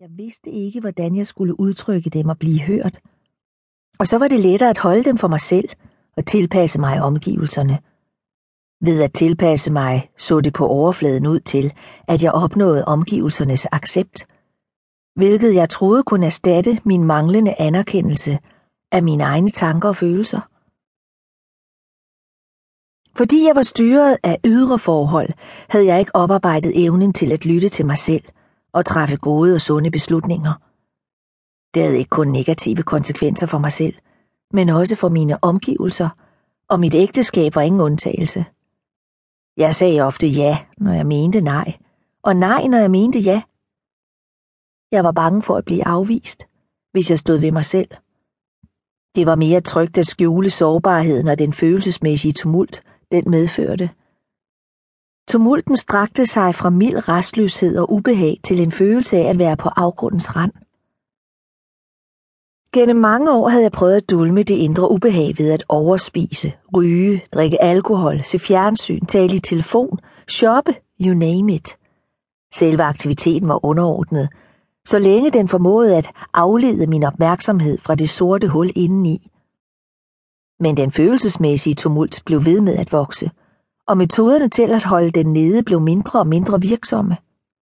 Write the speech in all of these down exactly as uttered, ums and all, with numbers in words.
Jeg vidste ikke, hvordan jeg skulle udtrykke dem og blive hørt. Og så var det lettere at holde dem for mig selv og tilpasse mig omgivelserne. Ved at tilpasse mig så det på overfladen ud til, at jeg opnåede omgivelsernes accept, hvilket jeg troede kunne erstatte min manglende anerkendelse af mine egne tanker og følelser. Fordi jeg var styret af ydre forhold, havde jeg ikke oparbejdet evnen til at lytte til mig selv og træffe gode og sunde beslutninger. Det havde ikke kun negative konsekvenser for mig selv, men også for mine omgivelser, og mit ægteskab var ingen undtagelse. Jeg sagde ofte ja, når jeg mente nej, og nej, når jeg mente ja. Jeg var bange for at blive afvist, hvis jeg stod ved mig selv. Det var mere trygt at skjule sårbarheden og den følelsesmæssige tumult, den medførte. Tumulten strakte sig fra mild rastløshed og ubehag til en følelse af at være på afgrundens rand. Gennem mange år havde jeg prøvet at dulme det indre ubehag ved at overspise, ryge, drikke alkohol, se fjernsyn, tale i telefon, shoppe, you name it. Selve aktiviteten var underordnet, så længe den formåede at aflede min opmærksomhed fra det sorte hul indeni. Men den følelsesmæssige tumult blev ved med at vokse, og metoderne til at holde den nede blev mindre og mindre virksomme.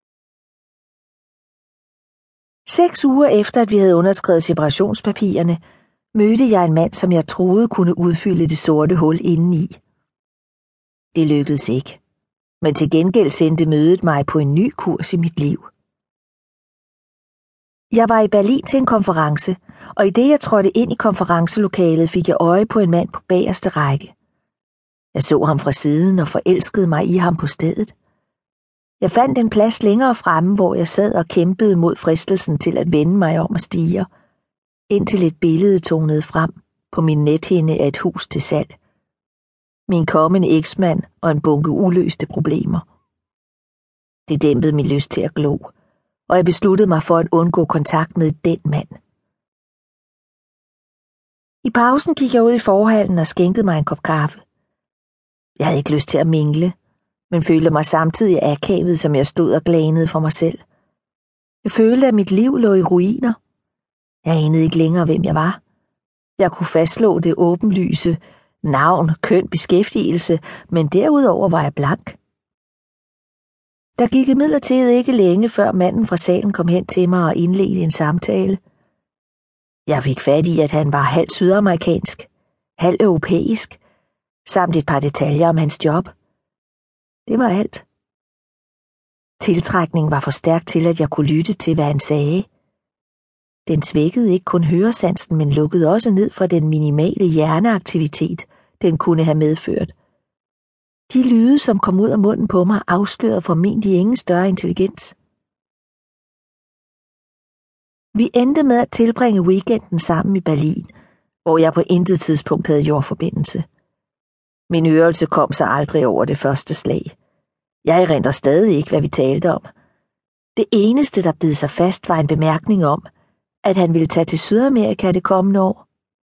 Seks uger efter, at vi havde underskrevet separationspapirerne, mødte jeg en mand, som jeg troede kunne udfylde det sorte hul indeni. Det lykkedes ikke, men til gengæld sendte mødet mig på en ny kurs i mit liv. Jeg var i Berlin til en konference, og i det jeg trådte ind i konferencelokalet, fik jeg øje på en mand på bagerste række. Jeg så ham fra siden og forelskede mig i ham på stedet. Jeg fandt en plads længere fremme, hvor jeg sad og kæmpede mod fristelsen til at vende mig om og stige, indtil et billede tonede frem på min nethinde af et hus til salg. Min kommende eksmand og en bunke uløste problemer. Det dæmpede min lyst til at glo, og jeg besluttede mig for at undgå kontakt med den mand. I pausen gik jeg ud i forhallen og skænkede mig en kop kaffe. Jeg havde ikke lyst til at mingle, men følte mig samtidig akavet, som jeg stod og glænede for mig selv. Jeg følte, at mit liv lå i ruiner. Jeg anede ikke længere, hvem jeg var. Jeg kunne fastslå det åbenlyse navn, køn, beskæftigelse, men derudover var jeg blank. Der gik imidlertid ikke længe, før manden fra salen kom hen til mig og indledte en samtale. Jeg fik fat i, at han var halvt sydamerikansk, halvt europæisk, samt et par detaljer om hans job. Det var alt. Tiltrækningen var for stærk til, at jeg kunne lytte til, hvad han sagde. Den svækkede ikke kun høresansen, men lukkede også ned for den minimale hjerneaktivitet, den kunne have medført. De lyde, som kom ud af munden på mig, afslørede formentlig ingen større intelligens. Vi endte med at tilbringe weekenden sammen i Berlin, hvor jeg på intet tidspunkt havde jordforbindelse. Min hørelse kom så aldrig over det første slag. Jeg erindrer stadig ikke, hvad vi talte om. Det eneste, der bed sig fast, var en bemærkning om, at han ville tage til Sydamerika det kommende år.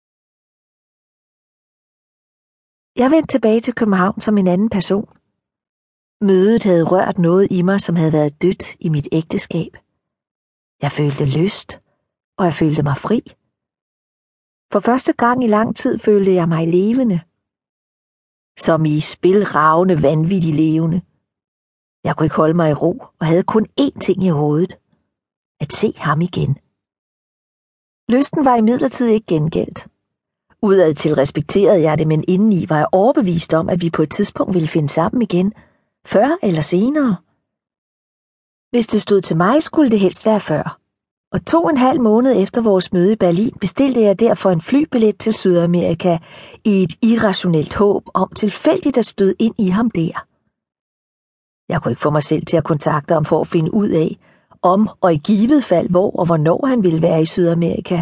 Jeg vendte tilbage til København som en anden person. Mødet havde rørt noget i mig, som havde været dødt i mit ægteskab. Jeg følte lyst, og jeg følte mig fri. For første gang i lang tid følte jeg mig levende. Som i spilravende, vanvittig levende. Jeg kunne ikke holde mig i ro, og havde kun én ting i hovedet. At se ham igen. Lysten var imidlertid ikke gengældt. Udad til respekterede jeg det, men indeni var jeg overbevist om, at vi på et tidspunkt ville finde sammen igen, før eller senere. Hvis det stod til mig, skulle det helst være før. Og to og en halv måned efter vores møde i Berlin bestilte jeg derfor en flybillet til Sydamerika i et irrationelt håb om tilfældigt at støde ind i ham der. Jeg kunne ikke få mig selv til at kontakte ham for at finde ud af, om og i givet fald hvor og hvornår han ville være i Sydamerika.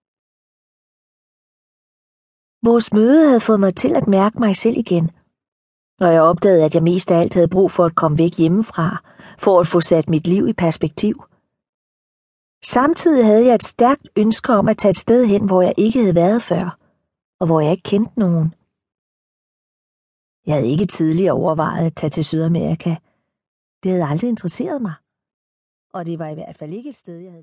Vores møde havde fået mig til at mærke mig selv igen, når jeg opdagede, at jeg mest af alt havde brug for at komme væk hjemmefra, for at få sat mit liv i perspektiv. Samtidig havde jeg et stærkt ønske om at tage et sted hen, hvor jeg ikke havde været før, og hvor jeg ikke kendte nogen. Jeg havde ikke tidligere overvejet at tage til Sydamerika. Det havde aldrig interesseret mig, og det var i hvert fald ikke et sted, jeg havde